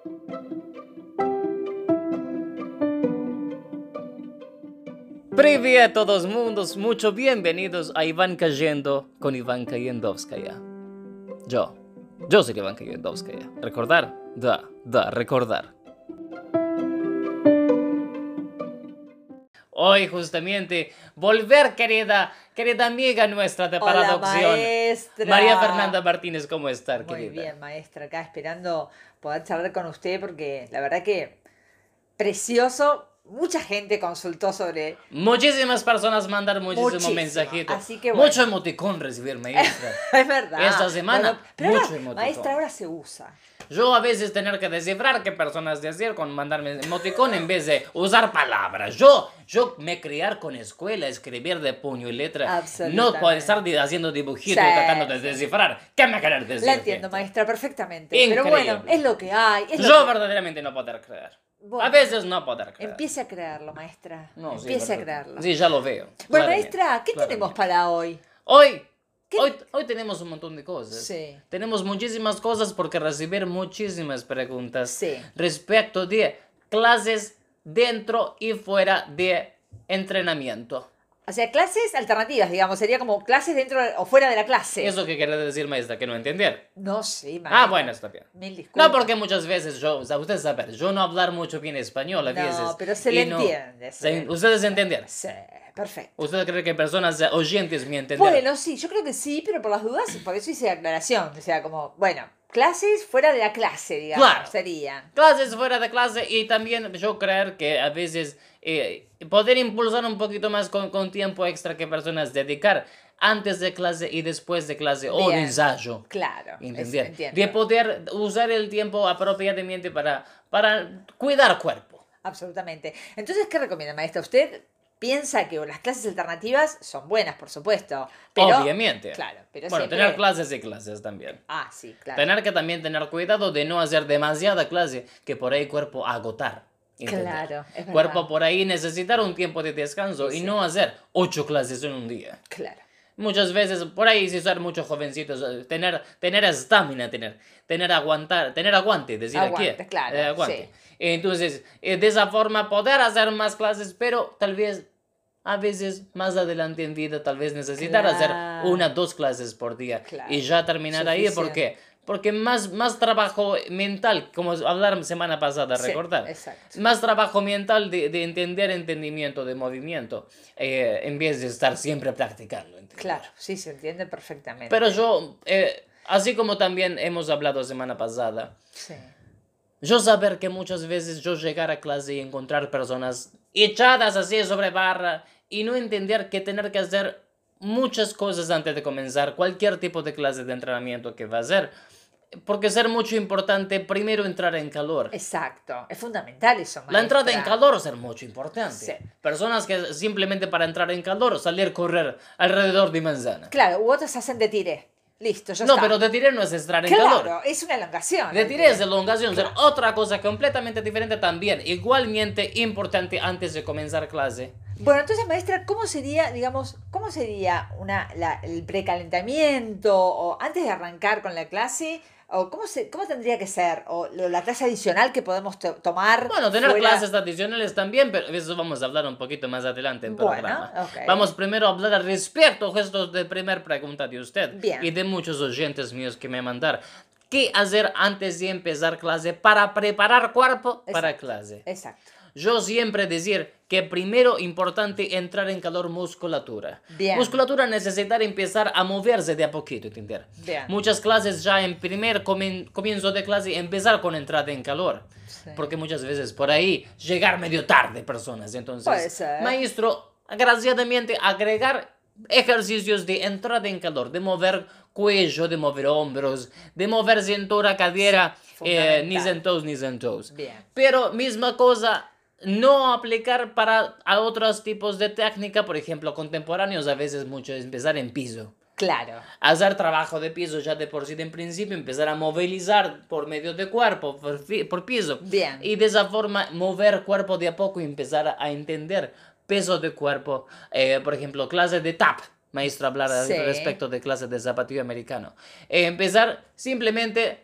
Привет a todos mundos, mucho bienvenidos a Iván Cayendo con Iván Cayendovskaya. Yo soy Iván Cayendovskaya. Recordar, recordar. Hoy justamente volver, querida amiga nuestra de Paradoxión. Maestra. María Fernanda Martínez, ¿cómo está, querida? Muy bien, maestra, acá esperando poder charlar con usted porque la verdad que precioso. Mucha gente consultó sobre... Muchísimas personas mandan muchísimos mensajitos. Así que bueno. Mucho emoticón recibir, maestra. Es verdad. Esta semana, bueno, pero mucho ahora, emoticón. maestra, ahora se usa. Yo a veces tener que descifrar qué personas decir con mandarme emoticón en vez de usar palabras. Yo me criar con escuela, escribir de puño y letra. No puedo estar haciendo dibujitos tratando de descifrar. ¿Qué me querer decir? La entiendo, maestra, perfectamente. Increíble. Pero bueno, es lo que hay. Verdaderamente no poder creer. Bueno, a veces no poder creer. Empiece a creerlo, maestra. No, empiece a creerlo. Sí, ya lo veo. Bueno, maestra, ¿qué tenemos para hoy? Hoy tenemos un montón de cosas. Sí. Tenemos muchísimas cosas porque recibir muchísimas preguntas respecto de clases dentro y fuera de entrenamiento. O sea, clases alternativas, digamos, sería como clases dentro o fuera de la clase. ¿Eso qué quiere decir, maestra? ¿Que no entender? No, sí, maestra. Bueno, está bien. Mil disculpas. No, porque muchas veces usted sabe, yo no hablar mucho bien español a veces. No, pero se le entiende. ¿Ustedes entienden? Sí, perfecto. ¿Usted cree que personas oyentes me entienden? Bueno, sí, yo creo que sí, pero por las dudas, por eso hice aclaración. O sea, como, bueno, clases fuera de la clase, digamos, claro, serían. Clases fuera de clase y también yo creo que a veces poder impulsar un poquito más con tiempo extra que personas dedicar antes de clase y después de clase o de ensayo. Claro, ¿entender? De poder usar el tiempo apropiadamente para cuidar cuerpo. Absolutamente. Entonces, ¿qué recomienda, maestra? ¿Usted piensa que las clases alternativas son buenas, por supuesto? Pero, obviamente. Claro, pero bueno, siempre... tener clases y clases también. Sí, claro. Tener que también tener cuidado de no hacer demasiada clase que por ahí cuerpo agotar. ¿entender? Claro, es verdad. Cuerpo por ahí necesitar un tiempo de descanso y no hacer 8 clases en un día. Claro. Muchas veces, por ahí, si son muchos jovencitos, tener estamina, tener aguante, decir aguante, aquí. Claro, aguante. Sí. Entonces, de esa forma poder hacer más clases, pero tal vez, a veces, más adelante en vida, tal vez necesitar hacer 1 o 2 clases por día. Y ya terminar ahí, ¿por qué? Porque más trabajo mental, como hablar semana pasada, recordar. Exacto. Más trabajo mental de entendimiento, de movimiento, en vez de estar siempre practicando. ¿entender? Claro, sí, se entiende perfectamente. Pero yo, así como también hemos hablado semana pasada, yo saber que muchas veces yo llegar a clase y encontrar personas echadas así sobre barra y no entender que tener que hacer muchas cosas antes de comenzar cualquier tipo de clase de entrenamiento que va a hacer. Porque es mucho importante primero entrar en calor. Exacto, es fundamental eso, maestra. La entrada en calor es mucho importante. Sí. Personas que simplemente para entrar en calor salir a correr alrededor de manzana. Claro, u otros hacen de tire. Listo, ya no, está. Pero de tiré no es entrar en calor. Claro, es una elongación. De tiré es elongación, es otra cosa completamente diferente también, igualmente importante antes de comenzar clase. Bueno, entonces, maestra, ¿cómo sería el precalentamiento o antes de arrancar con la clase? ¿O cómo tendría que ser? ¿O la clase adicional que podemos tomar? Bueno, tener clases adicionales también, pero eso vamos a hablar un poquito más adelante en el programa. Okay. Vamos primero a hablar al respecto esto de primera pregunta de usted. Bien. Y de muchos oyentes míos que me mandaron. ¿Qué hacer antes de empezar clase para preparar cuerpo para clase? Exacto. Yo siempre decir que primero importante entrar en calor musculatura. Bien. Musculatura necesitar empezar a moverse de a poquito, ¿entender? Bien. Muchas clases ya en primer comienzo de clase empezar con entrada en calor. Sí. Porque muchas veces por ahí llegar medio tarde personas. Entonces, puede ser. Maestro, agraciadamente agregar ejercicios de entrada en calor, de mover cuello, de mover hombros, de mover cintura, cadera, knees and toes. Bien. Pero misma cosa, no aplicar a otros tipos de técnica, por ejemplo, contemporáneos, a veces mucho empezar en piso. Claro. Hacer trabajo de piso ya de por sí en principio, empezar a movilizar por medio de cuerpo, por piso. Bien. Y de esa forma mover cuerpo de a poco y empezar a entender peso de cuerpo. Por ejemplo, clase de tap. Maestro, hablar respecto de clases de zapatillo americano. Empezar simplemente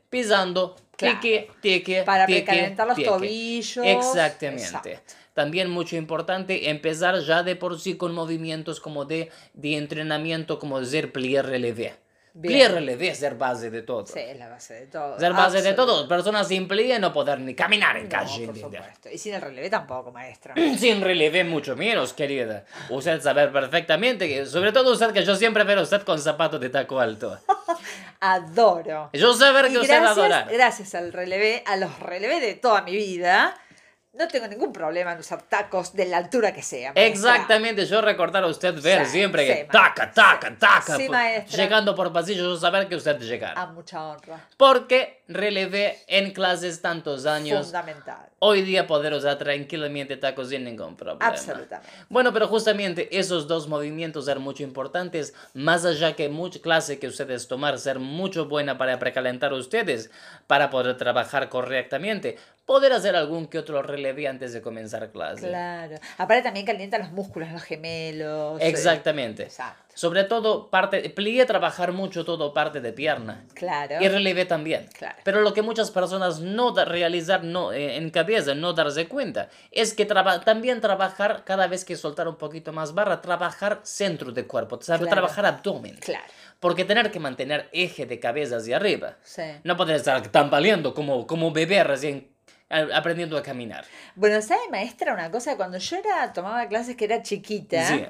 pisando, Claro. tique, Para tique, precalentar los tique. tobillos. Exactamente. Exacto. También mucho importante empezar ya de por sí con movimientos como de entrenamiento, como decir plié relevé. Plié Bien. relevé es ser base de todo. Sí, es la base de todo. Ser base de todo. Absolutamente. Personas sin plié no poder ni caminar en No, calle. por ¿entiendes? supuesto. Y sin el relevé tampoco, maestra. Sin relevé mucho menos, querida. Usted sabe perfectamente, sobre todo usted, que yo siempre veo a usted con zapatos de taco alto. Adoro. Yo saber que Y usted adora. gracias al relevé, a los relevés de toda mi vida, no tengo ningún problema en usar tacos de la altura que sea, maestra. Exactamente, yo recordar a usted ver Sí, siempre sí, que taca, taca, sí. taca, Sí, por- maestra. llegando por pasillo, yo saber que usted llegara. A mucha honra. Porque relevé en clases tantos años. Fundamental. Hoy día poder usar tranquilamente tacos sin ningún problema. Absolutamente. Bueno, pero justamente esos dos movimientos ser mucho importantes, más allá que mucha clase que ustedes tomar ser mucho buena para precalentar ustedes, para poder trabajar correctamente, poder hacer algún que otro relevé antes de comenzar clase. Claro. Aparte también calienta los músculos, los gemelos. Exactamente. Exacto. Sobre todo parte, plié trabajar mucho todo parte de pierna. Claro. Y relevé también. Claro. Pero lo que muchas personas no realizar no, en cabeza, no darse cuenta, es que también trabajar, cada vez que soltar un poquito más barra, trabajar centro de cuerpo, Claro. trabajar abdomen. Claro. Porque tener que mantener eje de cabeza hacia arriba. Sí. No puedes estar tambaleando como bebé recién aprendiendo a caminar. Bueno, ¿sabe, maestra, una cosa? Cuando yo tomaba clases que era chiquita, Sí.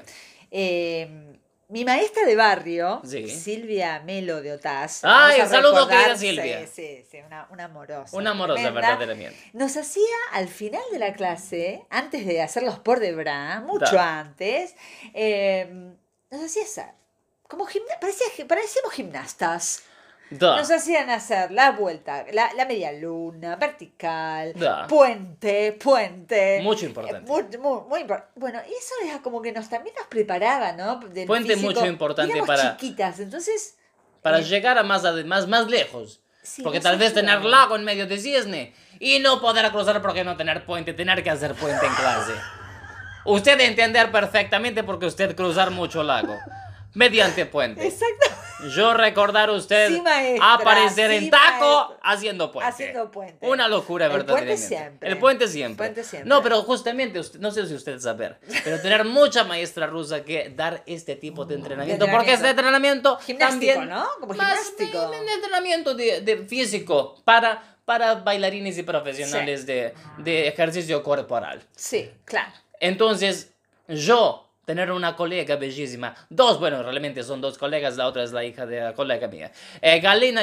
mi maestra de barrio, Sí. Silvia Melo de Otaz, Ay, vamos a saludo, recordar, querida Silvia. Sí, una amorosa. Una amorosa, tremenda. verdaderamente. Nos hacía al final de la clase, antes de hacer los por de bra, mucho Da. antes, nos hacía hacer, como parecíamos gimnastas. Da. Nos hacían hacer la vuelta, la media luna, vertical, Da. puente. Mucho importante. Muy importante. Bueno, y eso era como que también nos preparaba, ¿no? Del Puente físico. mucho importante Éramos para- chiquitas, entonces. Para eh, llegar a más lejos. Sí, Porque nos tal vez ayuda. tener lago en medio de cisne y no poder cruzar porque no tener puente, tener que hacer puente en clase. Usted entender perfectamente porque usted cruzar mucho lago. Mediante puente. Exacto. Yo recordar usted Sí, maestra, aparecer sí, en taco maestra. haciendo puente. Haciendo puente. Una locura, El puente verdaderamente. siempre. El puente siempre. El puente siempre. No, pero justamente, no sé si usted saber, pero tener mucha maestra rusa que dar este tipo de entrenamiento. Porque este entrenamiento Gimnástico, también, ¿no? Como más gimnástico. de entrenamiento de físico para bailarines y profesionales de ejercicio corporal. Sí, claro. Entonces, yo tener una colega bellísima, dos, bueno, realmente son dos colegas, la otra es la hija de la colega mía, Galina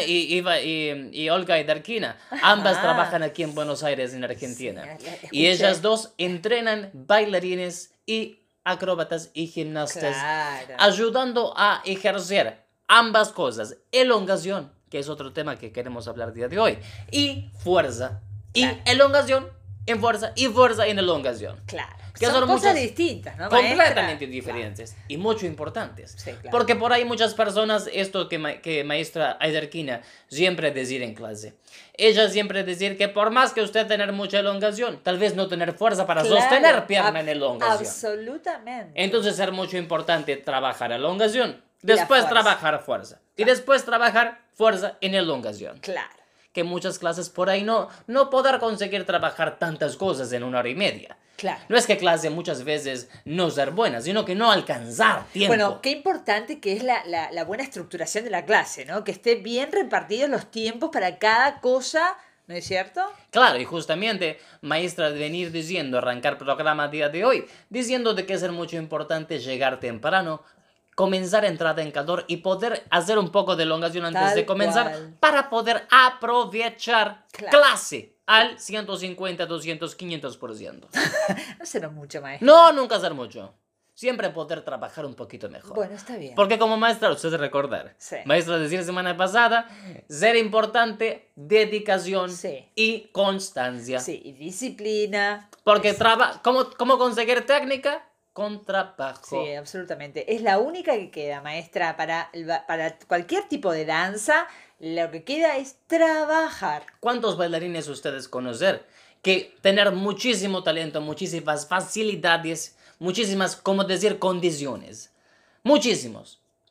y Olga Idarkina, ambas Ajá. trabajan aquí en Buenos Aires, en Argentina, Sí, escuché. y ellas dos entrenan bailarines y acróbatas y gimnastas, Claro. ayudando a ejercer ambas cosas, elongación, que es otro tema que queremos hablar el día de hoy, y fuerza, Claro. y elongación en fuerza, y fuerza en elongación. Claro. Que Son son cosas muchas- distintas, ¿no, Completamente maestra? diferentes y mucho importantes. Sí, claro. Porque por ahí muchas personas, esto que maestra Aidarquina siempre decir en clase, ella siempre decir que por más que usted tener mucha elongación, tal vez no tener fuerza para Claro, sostener pierna en elongación. Absolutamente. Entonces es mucho importante trabajar elongación, Y la después fuerza. trabajar fuerza y después trabajar fuerza en elongación. Claro. Que muchas clases por ahí no poder conseguir trabajar tantas cosas en 1 hora y media. Claro. No es que clase muchas veces no ser buena, sino que no alcanzar tiempo. Bueno, qué importante que es la buena estructuración de la clase, ¿no? Que esté bien repartidos los tiempos para cada cosa, ¿no es cierto? Claro, y justamente, maestra, de venir diciendo, arrancar programa día de hoy, diciendo de que es mucho importante llegar temprano, comenzar entrada en calor y poder hacer un poco de elongación antes Tal de comenzar cual. para poder aprovechar Claro. clase al 150, 200, 500%. No será mucho, maestra. No, nunca hacer mucho. Siempre poder trabajar un poquito mejor. Bueno, está bien. Porque como maestra, usted recordar, Sí. maestra decir semana pasada, ser importante, dedicación Sí. y constancia. Sí, y disciplina. Porque ¿cómo conseguir técnica? Con trabajo. Sí, absolutamente. Es la única que queda, maestra, para cualquier tipo de danza. Lo que queda es trabajar. ¿Cuántos bailarines ustedes conocer que tener muchísimo talento, muchísimas facilidades, muchísimas, como decir, condiciones? Muchísimos.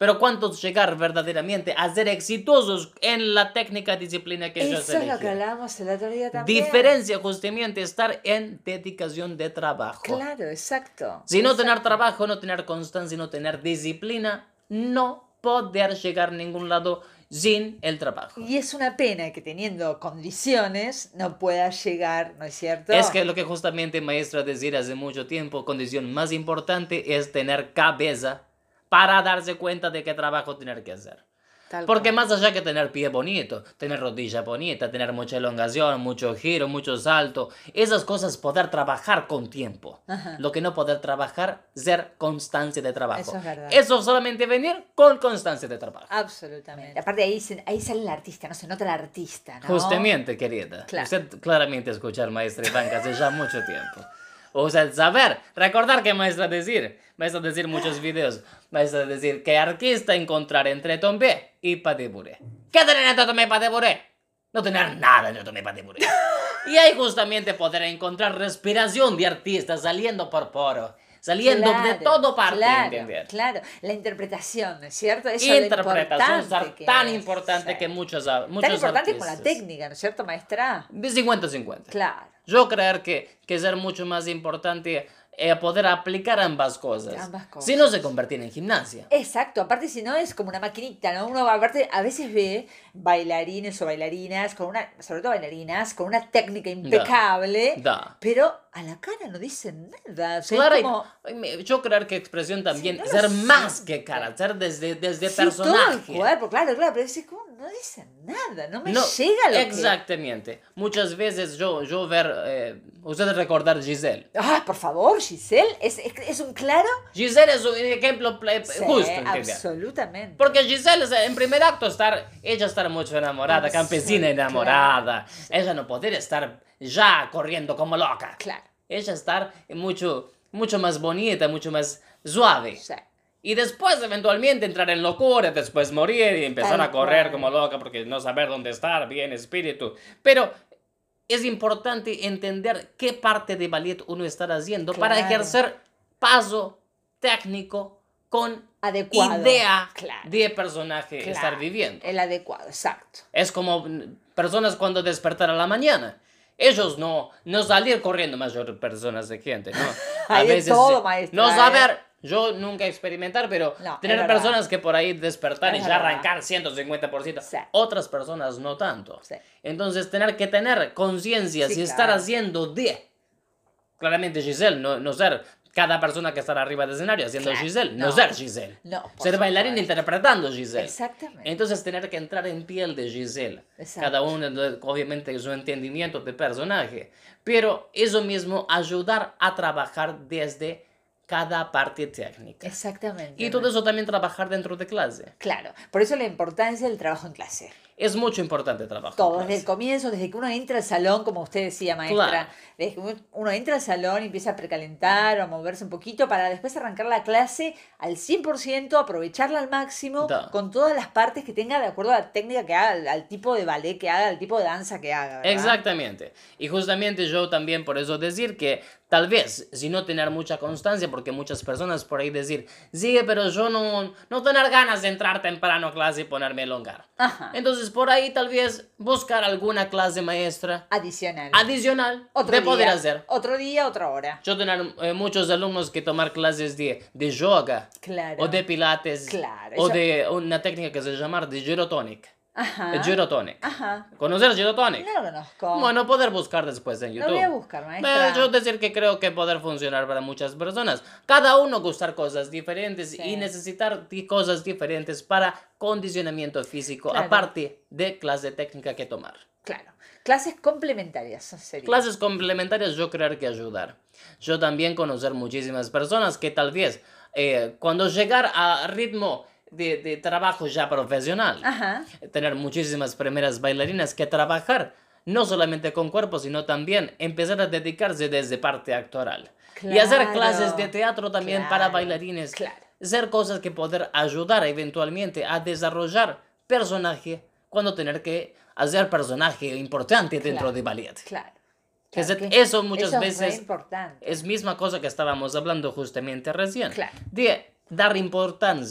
pero ¿cuántos llegar verdaderamente a ser exitosos en la técnica disciplina que ellos Eso es lo que eligieron? hablábamos el otro día también. Diferencia justamente estar en dedicación de trabajo. Claro, exacto. Si no exacto. tener trabajo, no tener constancia, no tener disciplina, no poder llegar a ningún lado sin el trabajo. Y es una pena que teniendo condiciones no pueda llegar, ¿no es cierto? Es que lo que justamente maestra decía hace mucho tiempo, condición más importante es tener cabeza para darse cuenta de qué trabajo tener que hacer. Tal Porque cual. más allá que tener pie bonito, tener rodilla bonita, tener mucha elongación, mucho giro, mucho salto, esas cosas poder trabajar con tiempo. Ajá. Lo que no poder trabajar, ser constancia de trabajo. Eso es verdad. Eso solamente venir con constancia de trabajo. Absolutamente. Aparte ahí sale el artista, no se nota el artista, ¿no? Justamente, querida. Claro. Usted claramente escuchar maestra Ivanka hace ya mucho tiempo. O sea, saber, recordar que maestra decir muchos videos, maestra decir que artista encontrar entre Tomé y Patiburé. ¿Qué tener entre Tomé y Patiburé? No tener nada entre Tomé y Patiburé. Y ahí justamente poder encontrar respiración de artista saliendo por poro, saliendo de todo parte, claro, ¿entender? Claro, la interpretación, ¿no es cierto? Eso es lo Interpretación importante tan es. importante Sí. que muchos Tan importante como la artistas. técnica, ¿no es cierto, maestra? De 50-50. Claro. Yo creo que ser mucho más importante poder aplicar ambas cosas. Ambas cosas. Si no se convertir en gimnasia. Exacto, aparte si no es como una maquinita, ¿no? Uno aparte a veces ve bailarines o bailarinas, con una, sobre todo bailarinas, con una técnica impecable, Da. pero a la cara no dicen nada. O sea, Claro, es como, yo creo que expresión también, Sí, no lo ser sé. más que cara, ser desde sí, personaje. todo el cuerpo, claro, pero es como, no dicen nada, no me No, llega lo exactamente. Muchas veces yo ver, ustedes recordar Giselle. que... Ah, por favor, Giselle, es un claro... Giselle es un ejemplo Sí, justo, ¿entiendes? absolutamente. Porque Giselle, en primer acto, ella estar mucho enamorada, campesina enamorada. Claro. Ella no poder estar ya corriendo como loca. Claro, Ella estar mucho más bonita, mucho más suave. sí. Y después, eventualmente, entrar en locura, después morir y empezar Tal a correr cual. como loca porque no saber dónde estar, bien espíritu. Pero es importante entender qué parte de ballet uno está haciendo para Claro. ejercer paso técnico con Adecuado. idea Claro. de personaje Claro. estar viviendo. El adecuado, exacto. Es como personas cuando despertar a la mañana. Ellos no salir corriendo, mayor personas de gente, ¿no? Hay de todo, maestra, no saber, yo nunca experimentar, pero No, tener es verdad. personas que por ahí despertar y Es ya verdad. arrancar 150%. Sí. Otras personas no tanto. Sí. Entonces tener que tener conciencia Sí, y estar claro. haciendo de. Claramente Giselle, no ser cada persona que está arriba del escenario haciendo Claro, Giselle, no no. ser Giselle. No, por Ser bailarín supuesto. interpretando Giselle. Exactamente. Entonces tener que entrar en piel de Giselle. Exacto. Cada uno obviamente su entendimiento de personaje. Pero eso mismo ayudar a trabajar desde cada parte técnica. Exactamente. Y todo eso también trabajar dentro de clase. Claro, por eso la importancia del trabajo en clase. Es mucho importante trabajar. Todo, en desde el clase. comienzo, desde que uno entra al salón, como usted decía, maestra, Claro. desde que uno entra al salón y empieza a precalentar o a moverse un poquito para después arrancar la clase al 100%, aprovecharla al máximo, Da. con todas las partes que tenga de acuerdo a la técnica que haga, al tipo de ballet que haga, al tipo de danza que haga, ¿verdad? Exactamente. Y justamente yo también por eso decir que tal vez si no tener mucha constancia, porque muchas personas por ahí decir, sí, pero yo no tener ganas de entrar temprano a clase y ponerme a elongar. Ajá. Entonces por ahí tal vez buscar alguna clase maestra Adicional. adicional Otro de día, poder hacer. Otro día, otra hora. Yo tener muchos alumnos que tomar clases de yoga Claro. o de pilates Claro, o eso- de una técnica que se llama de gyrotonic. Ajá. Gyrotonic. Ajá. ¿Conocer gyrotonic? No lo conozco. Bueno, poder buscar después en Lo YouTube. voy a buscar, maestra. Yo decir que creo que poder funcionar para muchas personas. Cada uno gustar cosas diferentes Sí. y necesitar cosas diferentes para condicionamiento físico, Claro. aparte de clase técnica que tomar. Claro. Clases complementarias sería. Clases complementarias yo creo que ayudar. Yo también conocer muchísimas personas que tal vez cuando llegar a ritmo de trabajo ya profesional, Ajá. tener muchísimas primeras bailarinas que trabajar no solamente con cuerpo, sino también empezar a dedicarse desde parte actoral. Y hacer Claro. clases de teatro también para Claro. bailarines. Claro. Hacer cosas que poder ayudar eventualmente a desarrollar personaje cuando tener que hacer personaje importante dentro Claro. de ballet. Claro. Es Claro, decir, eso muchas eso es veces re importante. es misma cosa que estábamos hablando justamente recién. Claro. De dar importancia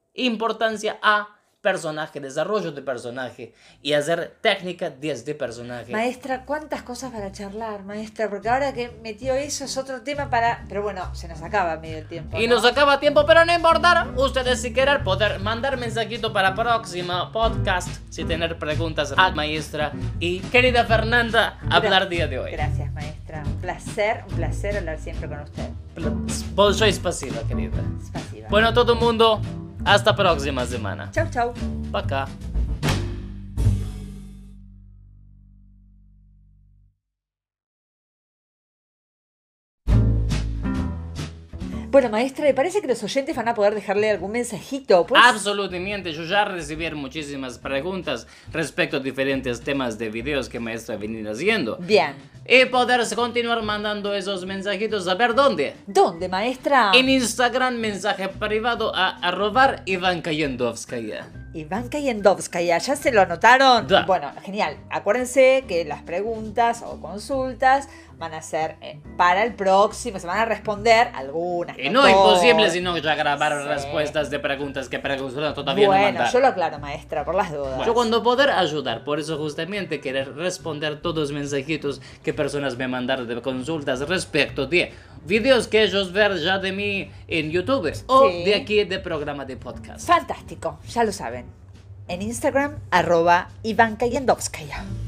importancia a personaje, desarrollo de personaje y hacer técnica desde personaje. Maestra, ¿cuántas cosas para charlar, maestra? Porque ahora que metió eso es otro tema para... Pero bueno, se nos acaba medio el tiempo, Y ¿no? nos acaba tiempo, pero no importa. Ustedes si quieren poder mandar mensajito para próximo podcast, si tener preguntas a maestra y querida Fernanda, hablar día de hoy. Gracias, maestra. Un placer hablar siempre con usted. Soy pasiva, querida. Спасибо. Bueno, todo el mundo, hasta próxima semana. Chau, chau. Пока. Bueno, maestra, ¿le parece que los oyentes van a poder dejarle algún mensajito? Pues, Absolutamente, yo ya recibí muchísimas preguntas respecto a diferentes temas de videos que maestra ha venido haciendo. bien. Y poder continuar mandando esos mensajitos, a ver dónde. ¿Dónde, maestra? En Instagram, mensaje privado a @Ivanka Yendovskaya. Ivanka Yendovskaya, ¿ya se lo anotaron? Da. Bueno, genial. Acuérdense que las preguntas o consultas van a ser para el próximo, se van a responder algunas. Y no todas. imposible sino ya grabar Sí. respuestas de preguntas que preguntan todavía no Bueno, mandar. yo lo aclaro, maestra, por las dudas. Yo cuando poder ayudar, por eso justamente querer responder todos los mensajitos que personas me mandaron de consultas respecto de videos que ellos ver ya de mí en YouTube o Sí. de aquí de programa de podcast. Fantástico, ya lo saben. En Instagram, @Ivanka Yendovskaya.